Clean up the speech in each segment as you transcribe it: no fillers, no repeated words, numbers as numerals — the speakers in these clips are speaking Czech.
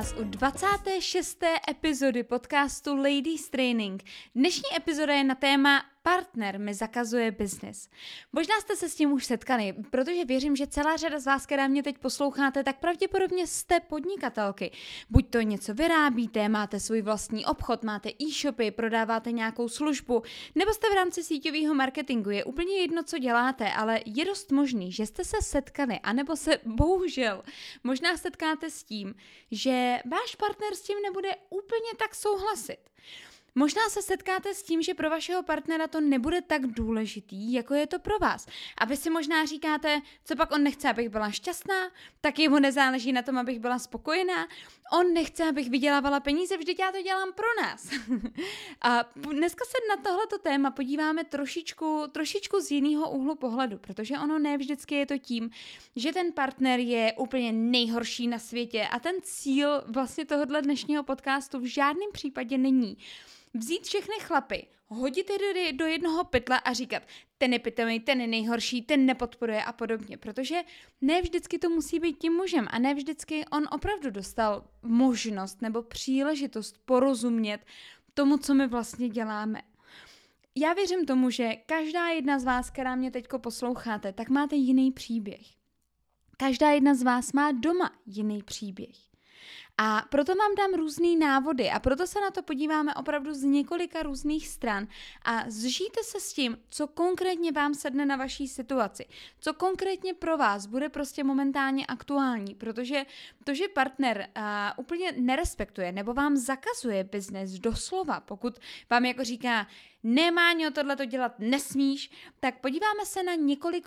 vás u 26. epizody podcastu Ladies Training. Dnešní epizoda je na téma Partner mi zakazuje biznis. Možná jste se s tím už setkali, protože věřím, že celá řada z vás, která mě teď posloucháte, tak pravděpodobně jste podnikatelky. Buď to něco vyrábíte, máte svůj vlastní obchod, máte e-shopy, prodáváte nějakou službu, nebo jste v rámci síťového marketingu. Je úplně jedno, co děláte, ale je dost možný, že jste se setkali, anebo se bohužel možná setkáte s tím, že váš partner s tím nebude úplně tak souhlasit. Možná se setkáte s tím, že pro vašeho partnera to nebude tak důležitý, jako je to pro vás. A vy si možná říkáte, co pak on nechce, abych byla šťastná, tak jemu nezáleží na tom, abych byla spokojená. On nechce, abych vydělávala peníze, vždyť já to dělám pro nás. A dneska se na tohleto téma podíváme trošičku z jiného úhlu pohledu, protože ono ne vždycky je to tím, že ten partner je úplně nejhorší na světě a ten cíl vlastně tohohle dnešního podcastu v žádném případě není vzít všechny chlapy, hodit je do jednoho pytla a říkat, ten je pitomej, ten je nejhorší, ten nepodporuje a podobně, protože ne vždycky to musí být tím mužem a ne vždycky on opravdu dostal možnost nebo příležitost porozumět tomu, co my vlastně děláme. Já věřím tomu, že každá jedna z vás, která mě teďko posloucháte, tak máte jiný příběh. Každá jedna z vás má doma jiný příběh. A proto vám dám různý návody a proto se na to podíváme opravdu z několika různých stran a zžijte se s tím, co konkrétně vám sedne na vaší situaci, co konkrétně pro vás bude prostě momentálně aktuální, protože to, že partner úplně nerespektuje nebo vám zakazuje biznes doslova, pokud vám jako říká, Máňo, tohleto dělat nesmíš, tak podíváme se na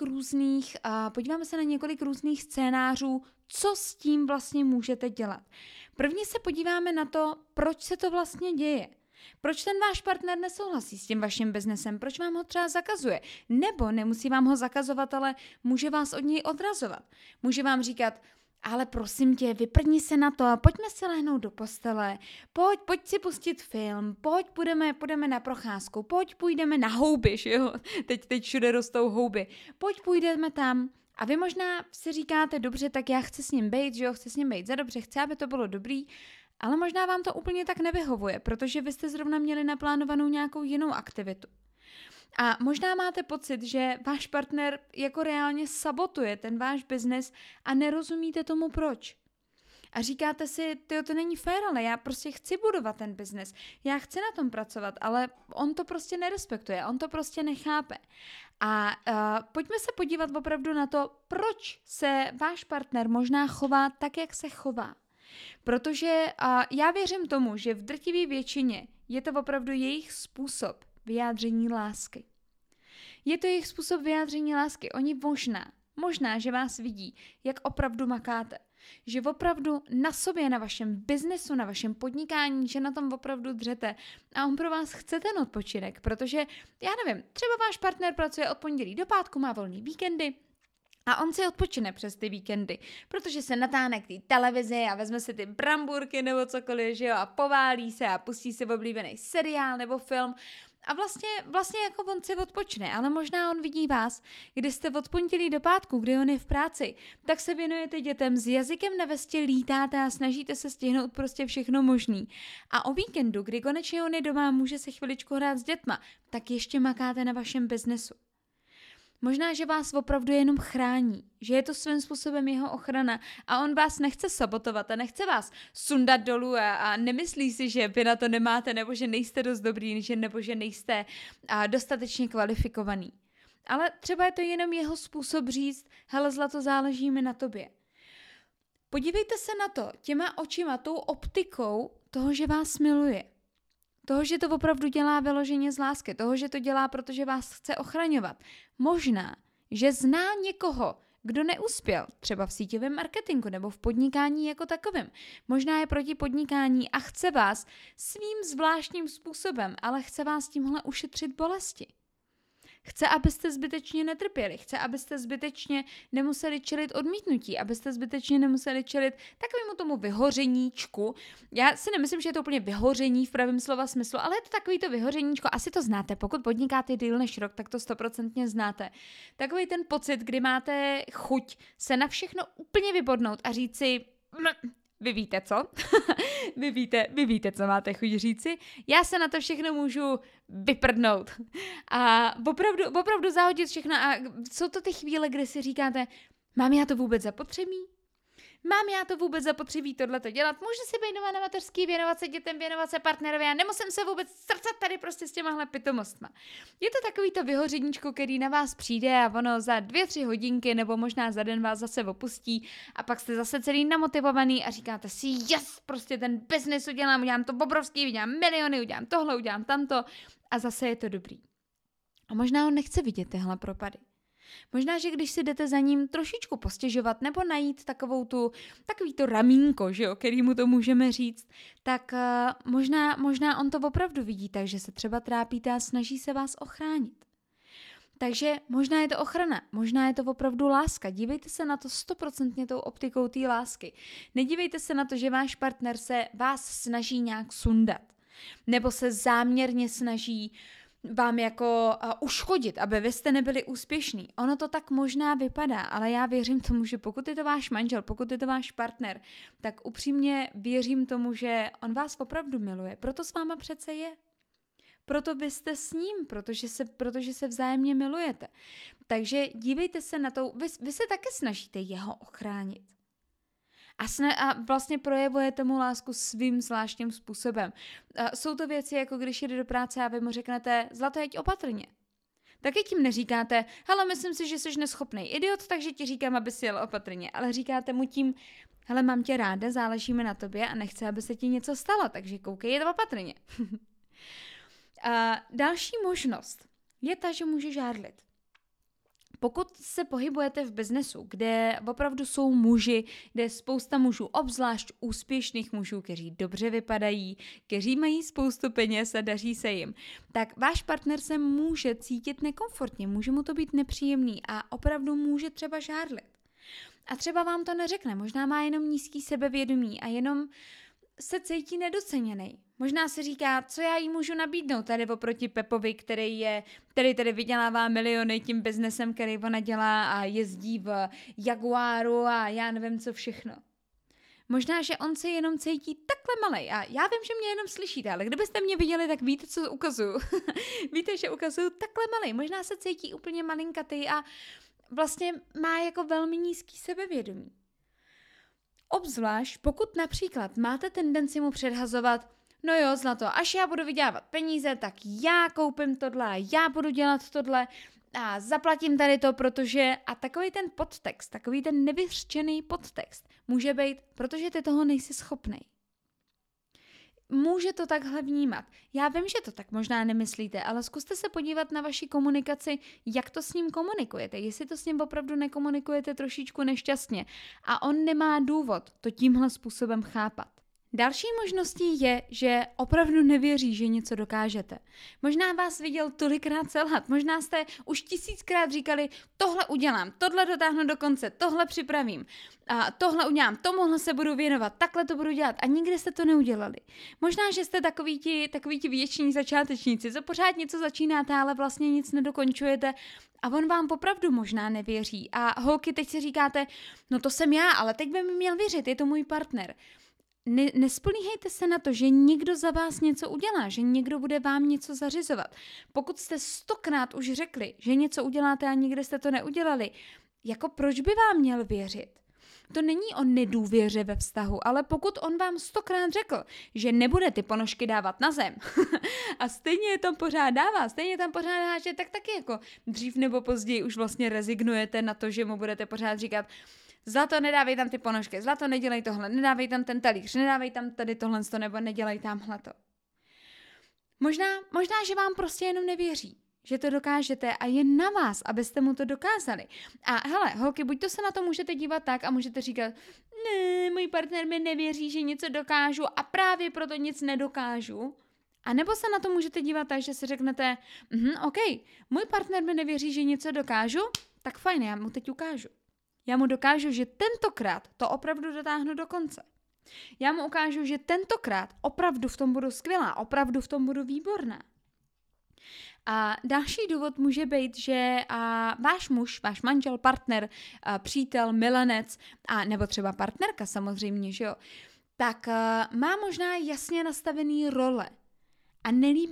několik různých scénářů, co s tím vlastně můžete dělat. Prvně se podíváme na to, proč se to vlastně děje. Proč ten váš partner nesouhlasí s tím vaším biznesem, proč vám ho třeba zakazuje. Nebo nemusí vám ho zakazovat, ale může vás od něj odrazovat. Může vám říkat, ale prosím tě, vyprdni se na to, pojďme se lehnout do postele, pojď si pustit film, půjdeme na procházku, půjdeme na houby, že jo, teď všude rostou houby, půjdeme tam. A vy možná si říkáte, dobře, tak já chci s ním bejt, že jo, chci s ním bejt za dobře, chci, aby to bylo dobrý, ale možná vám to úplně tak nevyhovuje, protože vy jste zrovna měli naplánovanou nějakou jinou aktivitu. A možná máte pocit, že váš partner jako reálně sabotuje ten váš biznes a nerozumíte tomu proč. A říkáte si, to není fér, ale já prostě chci budovat ten biznes, já chci na tom pracovat, ale on to prostě nerespektuje, on to prostě nechápe. A pojďme se podívat opravdu na to, proč se váš partner možná chová tak, jak se chová. Protože já věřím tomu, že v drtivé většině je to opravdu jejich způsob vyjádření lásky. Je to jejich způsob vyjádření lásky. Oni možná, že vás vidí, jak opravdu makáte. Že opravdu na sobě, na vašem biznesu, na vašem podnikání, že na tom opravdu dřete a on pro vás chce ten odpočinek, protože, já nevím, třeba váš partner pracuje od pondělí do pátku, má volný víkendy, a on si odpočine přes ty víkendy, protože se natáhne k té televizi a vezme si ty bramburky nebo cokoliv, že jo, a poválí se a pustí si oblíbený seriál nebo film a vlastně jako on si odpočne, ale možná on vidí vás, kdy jste od pondělí do pátku, kdy on je v práci, tak se věnujete dětem, s jazykem na vestě lítáte a snažíte se stihnout prostě všechno možný. A o víkendu, kdy konečně on je doma, může se chviličku hrát s dětma, tak ještě makáte na vašem biznesu. Možná, že vás opravdu jenom chrání, že je to svým způsobem jeho ochrana a on vás nechce sabotovat a nechce vás sundat dolů a nemyslí si, že vy na to nemáte nebo že nejste dost dobrý nebo že nejste dostatečně kvalifikovaný. Ale třeba je to jenom jeho způsob říct, hele zlato, záleží mi na tobě. Podívejte se na to těma očima, tou optikou toho, že vás miluje. Toho, že to opravdu dělá vyloženě z lásky, toho, že to dělá, protože vás chce ochraňovat. Možná, že zná někoho, kdo neuspěl, třeba v síťovém marketingu nebo v podnikání jako takovém. Možná je proti podnikání a chce vás svým zvláštním způsobem, ale chce vás tímhle ušetřit bolesti. Chce, abyste zbytečně netrpěli, chce, abyste zbytečně nemuseli čelit odmítnutí, abyste zbytečně nemuseli čelit takovému tomu vyhořeníčku. Já si nemyslím, že je to úplně vyhoření v pravém slova smyslu, ale je to takový to vyhořeníčko, asi to znáte, pokud podnikáte díl než rok, tak to 100% znáte. Takový ten pocit, kdy máte chuť se na všechno úplně vybodnout a říct si, vy víte co? vy víte, co máte chuť říci. Já se na to všechno můžu vyprdnout. A opravdu zahodit všechno. A jsou to ty chvíle, kde si říkáte, mám já to vůbec zapotřebí? Mám já to vůbec zapotřebí tohleto dělat? Můžu si být doma na mateřský, věnovat se dětem, věnovat se partnerovi a nemusím se vůbec strcat tady prostě s těmahle pitomostma. Je to takový to vyhořeníčko, který na vás přijde a ono za 2-3 hodinky nebo možná za den vás zase opustí a pak jste zase celý namotivovaný a říkáte si, yes, prostě ten biznis udělám to obrovský, udělám miliony, udělám tohle, udělám tamto a zase je to dobrý. A možná on nechce vidět tyhle propady. Možná, že když si jdete za ním trošičku postěžovat nebo najít takový to ramínko, že jo, který mu to můžeme říct, tak možná on to opravdu vidí, takže se třeba trápíte a snaží se vás ochránit. Takže možná je to ochrana, možná je to opravdu láska. Dívejte se na to 100% tou optikou té lásky. Nedívejte se na to, že váš partner se vás snaží nějak sundat, nebo se záměrně snaží vám jako uškodit, aby vy jste nebyli úspěšní. Ono to tak možná vypadá, ale já věřím tomu, že pokud je to váš manžel, pokud je to váš partner, tak upřímně věřím tomu, že on vás opravdu miluje. Proto s váma přece je. Proto vy jste s ním, protože se vzájemně milujete. Takže dívejte se na to, vy se také snažíte jeho ochránit. A vlastně projevujete mu lásku svým zvláštním způsobem. Jsou to věci, jako když jde do práce a vy mu řeknete, Zlato, jeď opatrně. Taky tím neříkáte, hele, myslím si, že jsi neschopnej idiot, takže ti říkám, aby si jel opatrně. Ale říkáte mu tím, hele, mám tě ráda, záleží mi na tobě a nechci, aby se ti něco stalo, takže koukej, jet opatrně. A další možnost je ta, že může žárlit. Pokud se pohybujete v biznesu, kde opravdu jsou muži, kde je spousta mužů, obzvlášť úspěšných mužů, kteří dobře vypadají, kteří mají spoustu peněz a daří se jim, tak váš partner se může cítit nekomfortně, může mu to být nepříjemný a opravdu může třeba žárlit. A třeba vám to neřekne, možná má jenom nízký sebevědomí a jenom se cítí nedoceněný. Možná se říká, co já jí můžu nabídnout tady oproti Pepovi, který tady vydělává miliony tím biznesem, který ona dělá a jezdí v Jaguaru a já nevím co všechno. Možná, že on se jenom cítí takhle malej a já vím, že mě jenom slyšíte, ale kdybyste mě viděli, tak víte, co ukazuju. Víte, že ukazuju takhle malej. Možná se cítí úplně malinkatý a vlastně má jako velmi nízký sebevědomí. Obzvlášť, pokud například máte tendenci mu předhazovat, no jo, Zlato, až já budu vydělávat peníze, tak já koupím tohle a já budu dělat tohle a zaplatím tady to, protože... A takový ten podtext, takový ten nevyřčený podtext může být, protože ty toho nejsi schopnej. Může to takhle vnímat. Já vím, že to tak možná nemyslíte, ale zkuste se podívat na vaši komunikaci, jak to s ním komunikujete. Jestli to s ním opravdu nekomunikujete trošičku nešťastně a on nemá důvod to tímhle způsobem chápat. Další možností je, že opravdu nevěří, že něco dokážete. Možná vás viděl tolikrát selhat, možná jste už 1000krát říkali, tohle udělám, tohle dotáhnu do konce, tohle připravím, a tohle udělám, tomuhle se budu věnovat, takhle to budu dělat a nikdy jste to neudělali. Možná, že jste takový ti věční začátečníci, co pořád něco začínáte, ale vlastně nic nedokončujete a on vám opravdu možná nevěří. A holky, teď si říkáte, no to jsem já, ale teď by mi měl věřit, je to můj partner. Nespolíhejte se na to, že někdo za vás něco udělá, že někdo bude vám něco zařizovat. Pokud jste 100krát už řekli, že něco uděláte a nikdy jste to neudělali, jako proč by vám měl věřit? To není o nedůvěře ve vztahu, ale pokud on vám 100krát řekl, že nebude ty ponožky dávat na zem a stejně je tam pořád dává, stejně tam pořád háže, tak taky jako dřív nebo později už vlastně rezignujete na to, že mu budete pořád říkat, Zlato, nedávej tam ty ponožky, Zlato, nedělej tohle, nedávej tam ten talíř, nedávej tam tady tohle, nebo nedělej tamhleto. Možná, že vám prostě jenom nevěří, že to dokážete a je na vás, abyste mu to dokázali. A hele, holky, buď to se na to můžete dívat tak a můžete říkat, ne, můj partner mi nevěří, že něco dokážu a právě proto nic nedokážu. A nebo se na to můžete dívat tak, že si řeknete, OK, můj partner mi nevěří, že něco dokážu, tak fajn, já mu teď ukážu. Já mu dokážu, že tentokrát to opravdu dotáhnu do konce. Já mu ukážu, že tentokrát opravdu v tom budu skvělá, opravdu v tom budu výborná. A další důvod může být, že váš muž, váš manžel, partner, přítel, milenec, a nebo třeba partnerka samozřejmě, že jo, tak má možná jasně nastavený role a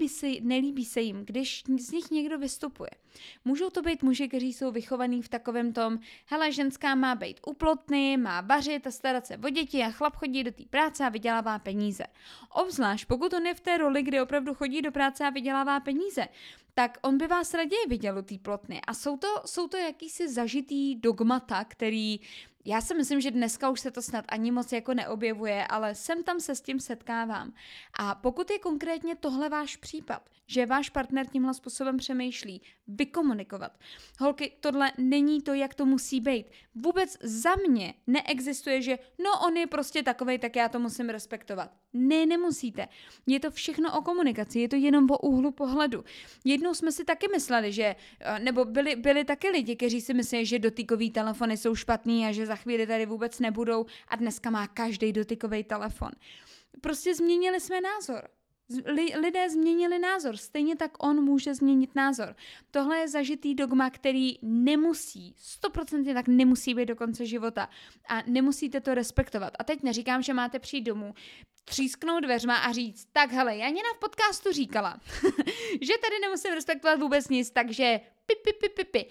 nelíbí se jim, když z nich někdo vystupuje. Můžou to být muži, kteří jsou vychovaní v takovém tom, hele, ženská má být u plotny, má vařit a starat se o děti a chlap chodí do té práce a vydělává peníze. Obzvlášť, pokud on je v té roli, kdy opravdu chodí do práce a vydělává peníze, tak on by vás raději viděl u té plotny. A jsou to jakýsi zažitý dogmata, který já si myslím, že dneska už se to snad ani moc jako neobjevuje, ale sem tam se s tím setkávám. A pokud je konkrétně tohle váš případ, že váš partner tímhle způsobem přemýšlí, vykomunikovat. Holky, tohle není to, jak to musí být. Vůbec za mě neexistuje, že no on je prostě takovej, tak já to musím respektovat. Ne, nemusíte. Je to všechno o komunikaci, je to jenom o úhlu pohledu. Jednou jsme si taky mysleli, že, nebo byli taky lidi, kteří si myslí, že dotykový telefony jsou špatný a že za chvíli tady vůbec nebudou a dneska má každý dotykový telefon. Prostě změnili jsme názor. Lidé změnili názor, stejně tak on může změnit názor. Tohle je zažitý dogma, který nemusí, 100% tak nemusí být do konce života a nemusíte to respektovat. A teď neříkám, že máte přijít domů, třísknout dveřma a říct, tak hele, Janina v podcastu říkala, že tady nemusím respektovat vůbec nic, takže pi.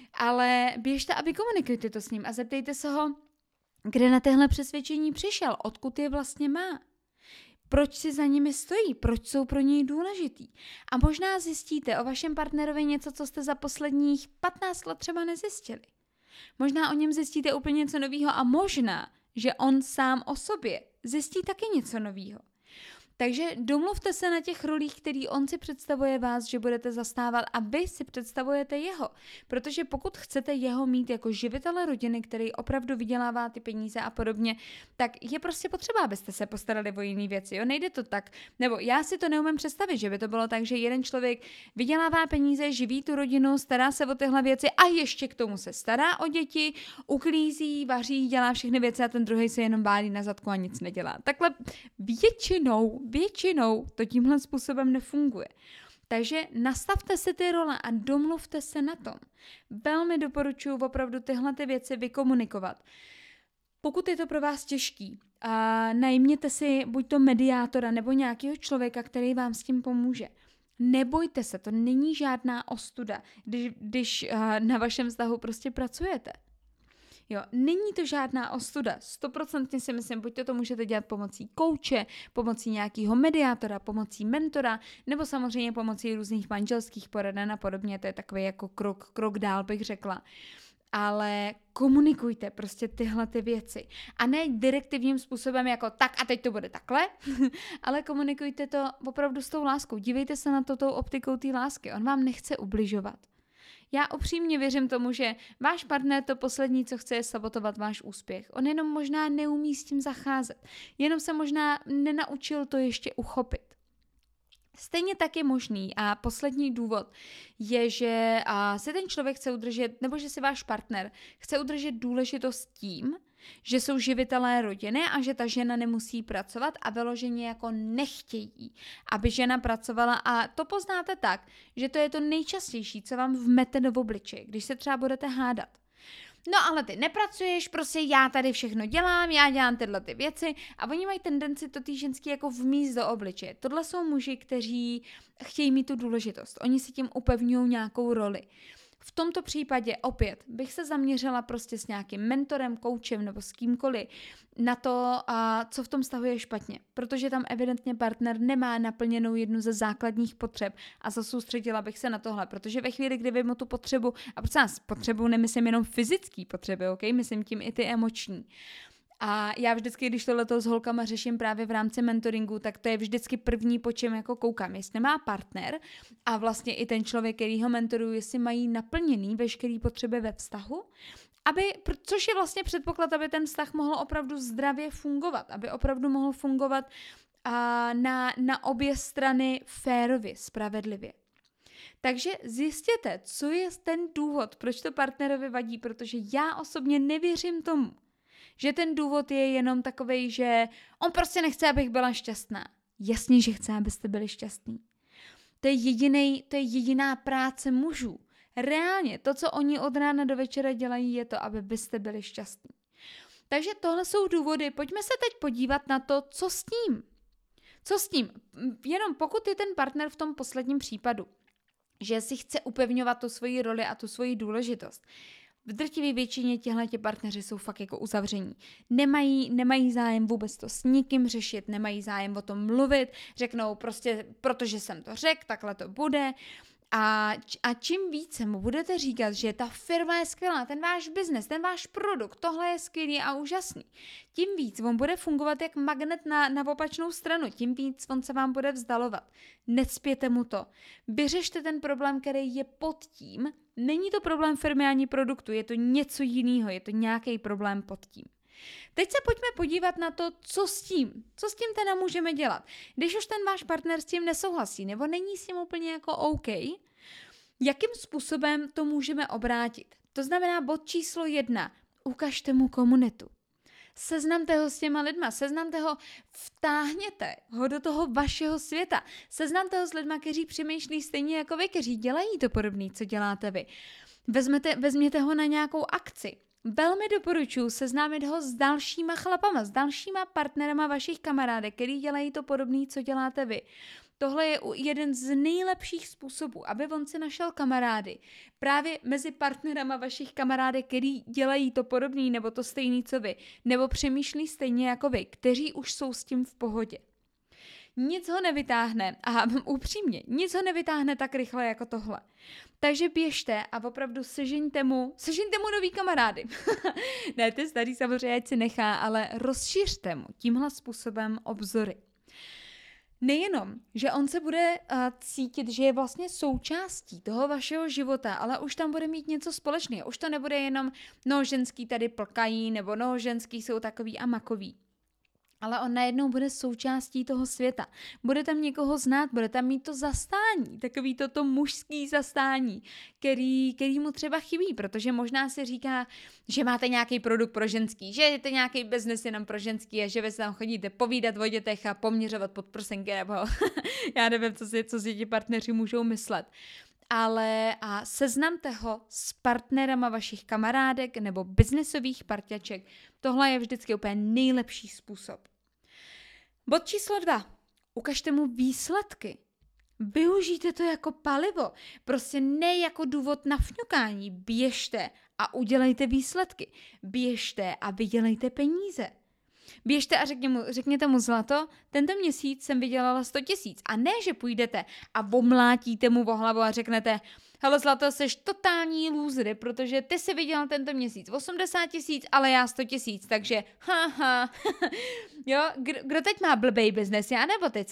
Ale běžte a vykomunikujte to s ním a zeptejte se ho, kde na téhle přesvědčení přišel, odkud je vlastně má. Proč si za nimi stojí, proč jsou pro něj důležitý. A možná zjistíte o vašem partnerovi něco, co jste za posledních 15 let třeba nezjistili. Možná o něm zjistíte úplně něco nového a možná, že on sám o sobě zjistí taky něco nového. Takže domluvte se na těch rolích, který on si představuje vás, že budete zastávat a vy si představujete jeho. Protože pokud chcete jeho mít jako živitele rodiny, který opravdu vydělává ty peníze a podobně, tak je prostě potřeba, abyste se postarali o jiné věci. Jo? Nejde to tak, nebo já si to neumím představit, že by to bylo tak, že jeden člověk vydělává peníze, živí tu rodinu, stará se o tyhle věci a ještě k tomu se stará o děti, uklízí, vaří, dělá všechny věci a ten druhý se jenom válí na zadku a nic nedělá. Takhle většinou to tímhle způsobem nefunguje. Takže nastavte si ty role a domluvte se na tom. Velmi doporučuji opravdu tyhle ty věci vykomunikovat. Pokud je to pro vás těžký, najměte si buď to mediátora nebo nějakého člověka, který vám s tím pomůže. Nebojte se, to není žádná ostuda, když na vašem vztahu prostě pracujete. Jo, není to žádná ostuda. 100% si myslím, buď to můžete dělat pomocí kouče, pomocí nějakého mediátora, pomocí mentora, nebo samozřejmě pomocí různých manželských poraden a podobně. To je takový jako krok dál, bych řekla. Ale komunikujte prostě tyhle ty věci. A ne direktivním způsobem jako tak a teď to bude takhle, ale komunikujte to opravdu s tou láskou. Dívejte se na to tou optikou té lásky. On vám nechce ubližovat. Já upřímně věřím tomu, že váš partner to poslední, co chce, je sabotovat váš úspěch. On jenom možná neumí s tím zacházet. Jenom se možná nenaučil to ještě uchopit. Stejně tak je možný a poslední důvod je, že se ten člověk chce udržet, nebo že si váš partner chce udržet důležitost tím, že jsou živitelé rodiny a že ta žena nemusí pracovat a vyloženě jako nechtějí, aby žena pracovala a to poznáte tak, že to je to nejčastější, co vám vmete do obličeje, když se třeba budete hádat. No ale ty nepracuješ, prostě já tady všechno dělám, já dělám tyhle ty věci a oni mají tendenci to ty ženský jako vmíst do obličeje. Tohle jsou muži, kteří chtějí mít tu důležitost, oni si tím upevňují nějakou roli. V tomto případě opět bych se zaměřila prostě s nějakým mentorem, koučem nebo s kýmkoliv na to, co v tom vztahu je špatně. Protože tam evidentně partner nemá naplněnou jednu ze základních potřeb a soustředila bych se na tohle. Protože ve chvíli, kdy vy mu tu potřebu, a protože s potřebu nemyslím jenom fyzický potřeby, okay? Myslím tím i ty emoční. A já vždycky, když tohleto s holkama řeším právě v rámci mentoringu, tak to je vždycky první, po čem jako koukám. Jestli má partner a vlastně i ten člověk, který ho mentoruju, jestli mají naplněný veškerý potřeby ve vztahu, což je vlastně předpoklad, aby ten vztah mohl opravdu zdravě fungovat, aby opravdu mohl fungovat na obě strany férově, spravedlivě. Takže zjistěte, co je ten důvod, proč to partnerovi vadí, protože já osobně nevěřím tomu, že ten důvod je jenom takovej, že on prostě nechce, abych byla šťastná. Jasně, že chce, abyste byli šťastní. To je jediná práce mužů. Reálně, to, co oni od rána do večera dělají, je to, aby byste byli šťastní. Takže tohle jsou důvody. Pojďme se teď podívat na to, co s tím. Co s tím? Jenom pokud je ten partner v tom posledním případu, že si chce upevňovat tu svoji roli a tu svoji důležitost. V drtivé většině těchto partneři jsou fakt jako uzavření. Nemají zájem vůbec to s nikým řešit, nemají zájem o tom mluvit, řeknou prostě, protože jsem to řekl, takhle to bude. A čím více mu budete říkat, že ta firma je skvělá, ten váš biznes, ten váš produkt, tohle je skvělý a úžasný, tím víc on bude fungovat jak magnet na opačnou stranu, tím víc on se vám bude vzdalovat. Necpěte mu to. Vyřešte ten problém, který je pod tím. Není to problém firmy ani produktu, je to něco jiného, je to nějaký problém pod tím. Teď se pojďme podívat na to, co s tím teda můžeme dělat. Když už ten váš partner s tím nesouhlasí, nebo není s tím úplně jako OK, jakým způsobem to můžeme obrátit? To znamená bod číslo 1, ukažte mu komunitu. Seznamte ho s těma lidma, seznamte ho, vtáhněte ho do toho vašeho světa. Seznamte ho s lidma, kteří přemýšlí stejně jako vy, kteří dělají to podobné, co děláte vy. Vezměte ho na nějakou akci. Velmi doporučuji seznámit ho s dalšíma chlapama, s dalšíma partnerama vašich kamarádek, který dělají to podobné, co děláte vy. Tohle je jeden z nejlepších způsobů, aby on si našel kamarády. Právě mezi partnerama vašich kamarádek, který dělají to podobné nebo to stejné, co vy, nebo přemýšlí stejně jako vy, kteří už jsou s tím v pohodě. Nic ho nevytáhne, a upřímně, nic ho nevytáhne tak rychle jako tohle. Takže běžte a opravdu sežeňte mu nový kamarády. Ne, ty starý samozřejmě ať si nechá, ale rozšiřte mu tímhle způsobem obzory. Nejenom, že on se bude cítit, že je vlastně součástí toho vašeho života, ale už tam bude mít něco společného. Už to nebude jenom, ženský tady plkají, nebo ženský jsou takový a makový. Ale on najednou bude součástí toho světa. Bude tam někoho znát, bude tam mít to zastání, takový to mužský zastání, který mu třeba chybí, protože možná si říká, že máte nějaký produkt pro ženský, že jste nějaký biznes jenom pro ženský a že vy se tam chodíte povídat o dětech a poměřovat podprsenky, nebo já nevím, co si ti partneři můžou myslet. Ale seznamte ho s partnerama vašich kamarádek nebo biznesových parťaček. Tohle je vždycky úplně nejlepší způsob. Bod číslo 2. Ukažte mu výsledky. Využijte to jako palivo. Prostě ne jako důvod na fňukání. Běžte a udělejte výsledky. Běžte a vydělejte peníze. Běžte a řekněte mu zlato, tento měsíc jsem vydělala 100 000. A ne, že půjdete a omlátíte mu o hlavu a řeknete, hele zlato, seš totální lůzry, protože ty si vydělal tento měsíc 80 000, ale já 100 000, takže haha. Jo, kdo teď má blbej biznes, já nebo ty, co?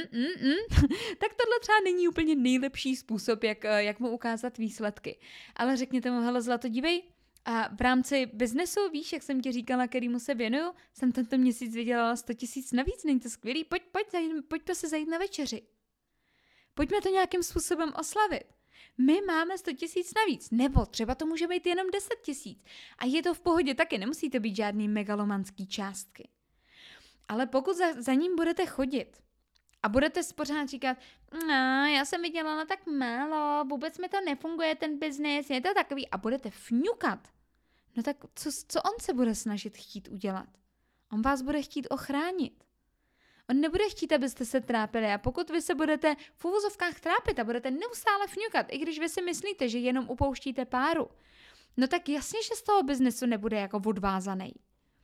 Tak tohle třeba není úplně nejlepší způsob, jak mu ukázat výsledky. Ale řekněte mu, hele zlato, dívej, a v rámci biznesu, víš, jak jsem ti říkala, kterýmu se věnuju, jsem tento měsíc vydělala 100 000 navíc, není to skvělý? Pojďme se zajít na večeři. Pojďme to nějakým způsobem oslavit. My máme 100 000 navíc, nebo třeba to může být jenom 10 000. A je to v pohodě taky, nemusíte být žádný megalomanský částky. Ale pokud za ním budete chodit a budete pořád říkat, já jsem vydělala tak málo, vůbec mi to nefunguje, ten biznes, je to takový, a budete fňukat, no tak co on se bude snažit chtít udělat? On vás bude chtít ochránit. On nebude chtít, abyste se trápili, a pokud vy se budete v uvozovkách trápit a budete neustále fňukat, i když vy si myslíte, že jenom upouštíte páru, no tak jasně, že z toho biznesu nebude jako odvázaný.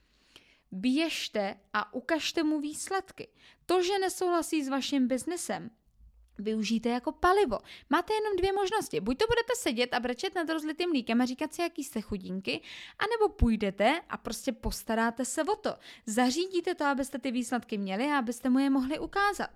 Běžte a ukažte mu výsledky. To, že nesouhlasí s vaším biznesem, využijte jako palivo. Máte jenom 2 možnosti. Buď to budete sedět a brečet nad rozlitým mlíkem a říkat si, jaký jste chudinky, anebo půjdete a prostě postaráte se o to. Zařídíte to, abyste ty výsledky měli a abyste mu je mohli ukázat.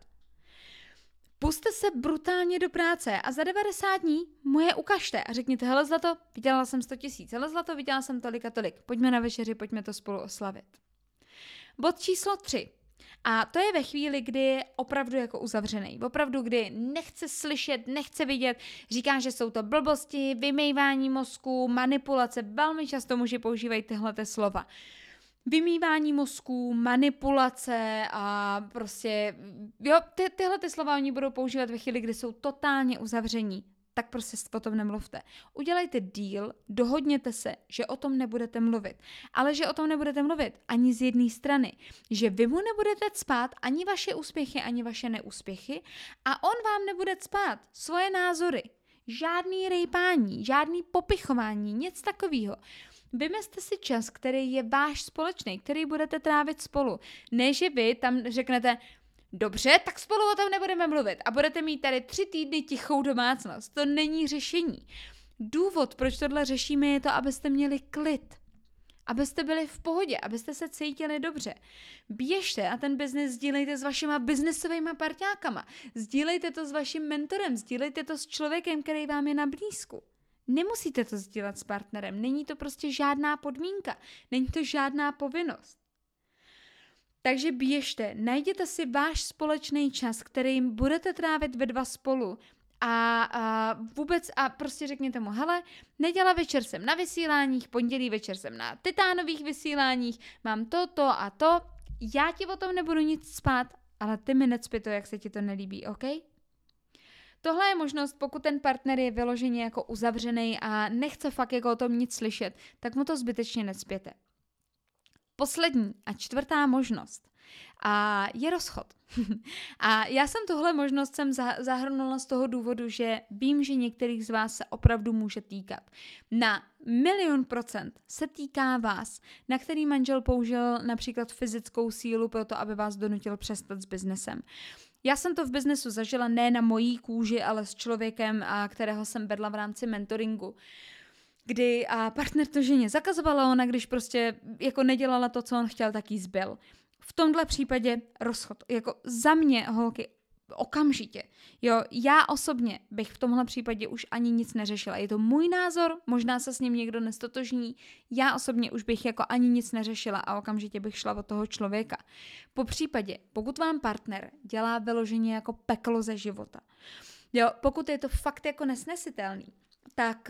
Puste se brutálně do práce a za 90 dní mu je ukažte a řekněte, hele zlato, vydělala jsem 100 000, hele zlato, vydělala jsem tolik a tolik. Pojďme na večeři, pojďme to spolu oslavit. Bod číslo 3. A to je ve chvíli, kdy je opravdu jako uzavřený. Opravdu, kdy nechce slyšet, nechce vidět, říká, že jsou to blbosti, vymývání mozku, manipulace. Velmi často muži používají tyhlete slova. Vymývání mozku, manipulace a prostě, tyhle slova oni budou používat ve chvíli, kdy jsou totálně uzavření. tak prostě o tom nemluvte. Udělejte deal, dohodněte se, že o tom nebudete mluvit. Ale že o tom nebudete mluvit ani z jedné strany. Že vy mu nebudete cpát ani vaše úspěchy, ani vaše neúspěchy a on vám nebude cpát svoje názory. Žádný rejpání, žádný popichování, nic takového. Vymezte si čas, který je váš společný, který budete trávit spolu. Ne, že vy tam řeknete, dobře, tak spolu o tom nebudeme mluvit a budete mít tady 3 týdny tichou domácnost. To není řešení. Důvod, proč tohle řešíme, je to, abyste měli klid. Abyste byli v pohodě, abyste se cítili dobře. Běžte a ten biznis sdílejte s vašima biznisovými parťákama. Sdílejte to s vaším mentorem, sdílejte to s člověkem, který vám je na blízku. Nemusíte to sdílet s partnerem, není to prostě žádná podmínka, není to žádná povinnost. Takže běžte, najděte si váš společný čas, kterým budete trávit ve 2 spolu a prostě řekněte mu, hele, neděla večer jsem na vysíláních, pondělí večer jsem na titánových vysíláních, mám to a to, já ti o tom nebudu nic spát, ale ty mi necpi to, jak se ti to nelíbí, OK? Tohle je možnost, pokud ten partner je vyloženě jako uzavřený a nechce fakt jako o tom nic slyšet, tak mu to zbytečně necpěte. Poslední a 4. možnost je rozchod. A já jsem tuhle možnost zahrnula z toho důvodu, že vím, že některých z vás se opravdu může týkat. Na 1,000,000% se týká vás, na který manžel použil například fyzickou sílu pro to, aby vás donutil přestat s biznesem. Já jsem to v biznesu zažila ne na mojí kůži, ale s člověkem, kterého jsem vedla v rámci mentoringu, kdy partner to ženě zakazovala, ona když prostě jako nedělala to, co on chtěl, tak jí zbyl. V tomhle případě rozchod. Jako za mě, holky, okamžitě. Jo, já osobně bych v tomhle případě už ani nic neřešila. Je to můj názor, možná se s ním někdo nestotožní. Já osobně už bych jako ani nic neřešila a okamžitě bych šla od toho člověka. Po případě, pokud vám partner dělá vyloženě jako peklo ze života, jo, pokud je to fakt jako nesnesitelný, tak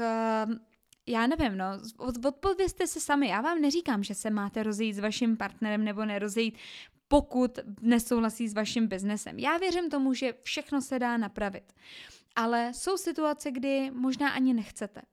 já nevím, odpovězte se sami. Já vám neříkám, že se máte rozejít s vaším partnerem nebo nerozejít, pokud nesouhlasí s vaším biznesem. Já věřím tomu, že všechno se dá napravit. Ale jsou situace, kdy možná ani nechcete.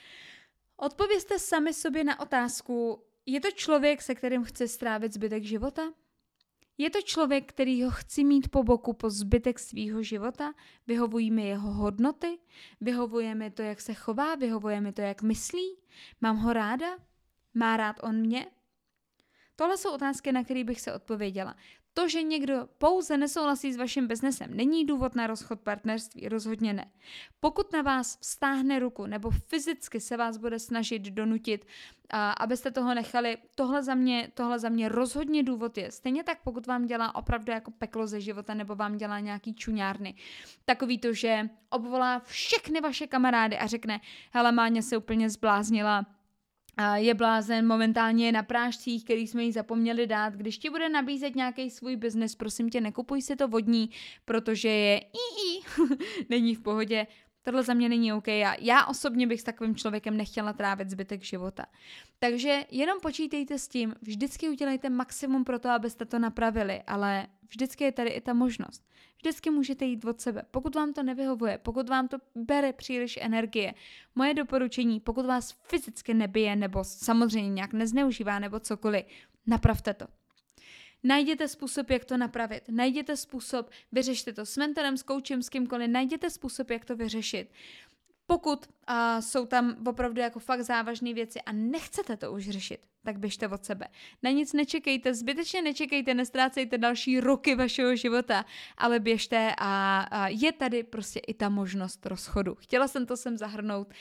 Odpovězte sami sobě na otázku, je to člověk, se kterým chci strávit zbytek života? Je to člověk, který ho chci mít po boku po zbytek svýho života? Vyhovují mi jeho hodnoty? Vyhovuje mi to, jak se chová? Vyhovuje mi to, jak myslí? Mám ho ráda? Má rád on mě? Tohle jsou otázky, na které bych se odpověděla. To, že někdo pouze nesouhlasí s vaším biznesem, není důvod na rozchod partnerství, rozhodně ne. Pokud na vás vztáhne ruku nebo fyzicky se vás bude snažit donutit, abyste toho nechali, tohle za mě rozhodně důvod je. Stejně tak, pokud vám dělá opravdu jako peklo ze života nebo vám dělá nějaký čuňárny. Takový to, že obvolá všechny vaše kamarády a řekne, hele, Máňa se úplně zbláznila, je blázen, momentálně je na prášcích, který jsme jí zapomněli dát. Když ti bude nabízet nějaký svůj biznes, prosím tě, nekupuj si to vodní, protože je není v pohodě. Tohle za mě není OK. Já osobně bych s takovým člověkem nechtěla trávit zbytek života. Takže jenom počítejte s tím, vždycky udělejte maximum pro to, abyste to napravili, ale vždycky je tady i ta možnost. Vždycky můžete jít od sebe. Pokud vám to nevyhovuje, pokud vám to bere příliš energie, moje doporučení, pokud vás fyzicky nebije nebo samozřejmě nějak nezneužívá nebo cokoliv, napravte to. Najděte způsob, jak to napravit. Najděte způsob, vyřešte to s mentorem, s koučem, s kýmkoliv. Najděte způsob, jak to vyřešit. Pokud jsou tam opravdu jako fakt závažné věci a nechcete to už řešit, tak běžte od sebe. Na nic nečekejte, zbytečně nečekejte, nestrácejte další roky vašeho života, ale běžte a je tady prostě i ta možnost rozchodu. Chtěla jsem to sem zahrnout,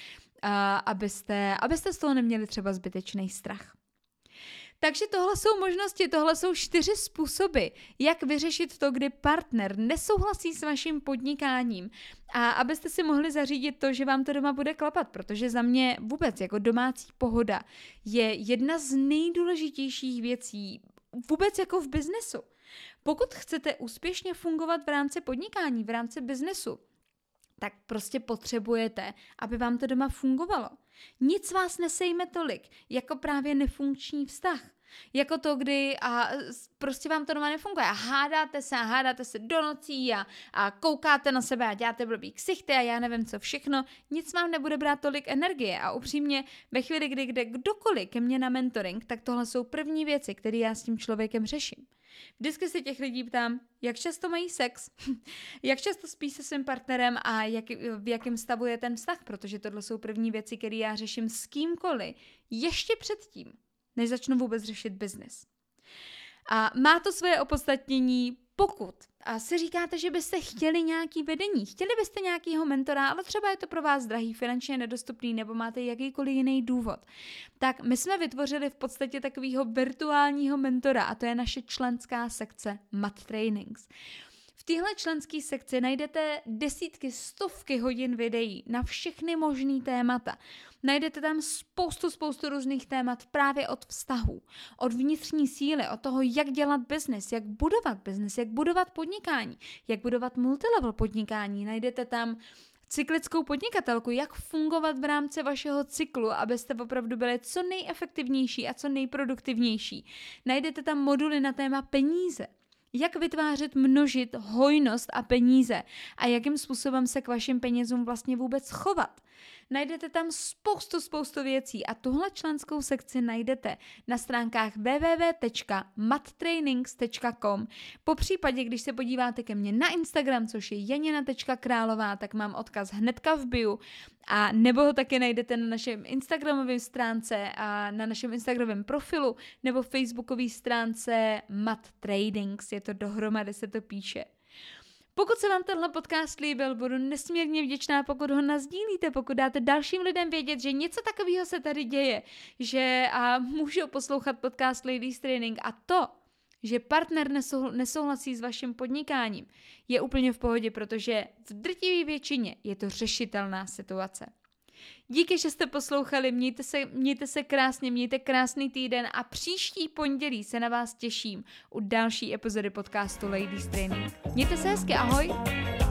abyste z toho neměli třeba zbytečný strach. Takže tohle jsou možnosti, tohle jsou 4 způsoby, jak vyřešit to, kdy partner nesouhlasí s vaším podnikáním a abyste si mohli zařídit to, že vám to doma bude klapat, protože za mě vůbec jako domácí pohoda je jedna z nejdůležitějších věcí vůbec jako v biznesu. Pokud chcete úspěšně fungovat v rámci podnikání, v rámci biznesu, tak prostě potřebujete, aby vám to doma fungovalo. Nic vás nesejme tolik, jako právě nefunkční vztah. Jako to, kdy prostě vám to doma nefunguje a hádáte se do nocí a koukáte na sebe a děláte blbý ksichty a já nevím co všechno, nic vám nebude brát tolik energie a upřímně ve chvíli, kdy jde kdokoliv ke mně na mentoring, tak tohle jsou první věci, které já s tím člověkem řeším. Vždycky se těch lidí ptám, jak často mají sex, jak často spí se svým partnerem a v jakém stavu je ten vztah, protože tohle jsou první věci, které já řeším s kýmkoliv ještě předtím, než začnu vůbec řešit biznis. A má to svoje opodstatnění, pokud si říkáte, že byste chtěli nějaký vedení, chtěli byste nějakýho mentora, ale třeba je to pro vás drahý, finančně nedostupný nebo máte jakýkoliv jiný důvod, tak my jsme vytvořili v podstatě takového virtuálního mentora a to je naše členská sekce Mat Trainings. V téhle členské sekci najdete desítky, stovky hodin videí na všechny možný témata. Najdete tam spoustu různých témat právě od vztahů, od vnitřní síly, od toho, jak dělat biznis, jak budovat podnikání, jak budovat multilevel podnikání. Najdete tam cyklickou podnikatelku, jak fungovat v rámci vašeho cyklu, abyste opravdu byli co nejefektivnější a co nejproduktivnější. Najdete tam moduly na téma peníze. Jak vytvářet, množit hojnost a peníze a jakým způsobem se k vašim penězům vlastně vůbec chovat. Najdete tam spoustu věcí a tuhle členskou sekci najdete na stránkách www.mattrainings.com. Popřípadě, když se podíváte ke mně na Instagram, což je janina.králová, tak mám odkaz hnedka v bio a nebo ho taky najdete na našem Instagramovém stránce a na našem Instagramovém profilu nebo facebookové stránce Mat Trainings, je to dohromady, se to píše. Pokud se vám tenhle podcast líbil, budu nesmírně vděčná, pokud ho nasdílíte, pokud dáte dalším lidem vědět, že něco takového se tady děje, že můžou poslouchat podcast Ladies Training a to, že partner nesouhlasí s vaším podnikáním, je úplně v pohodě, protože v drtivé většině je to řešitelná situace. Díky, že jste poslouchali, mějte se krásně, mějte krásný týden a příští pondělí se na vás těším u další epizody podcastu Ladies Training. Mějte se hezky, ahoj!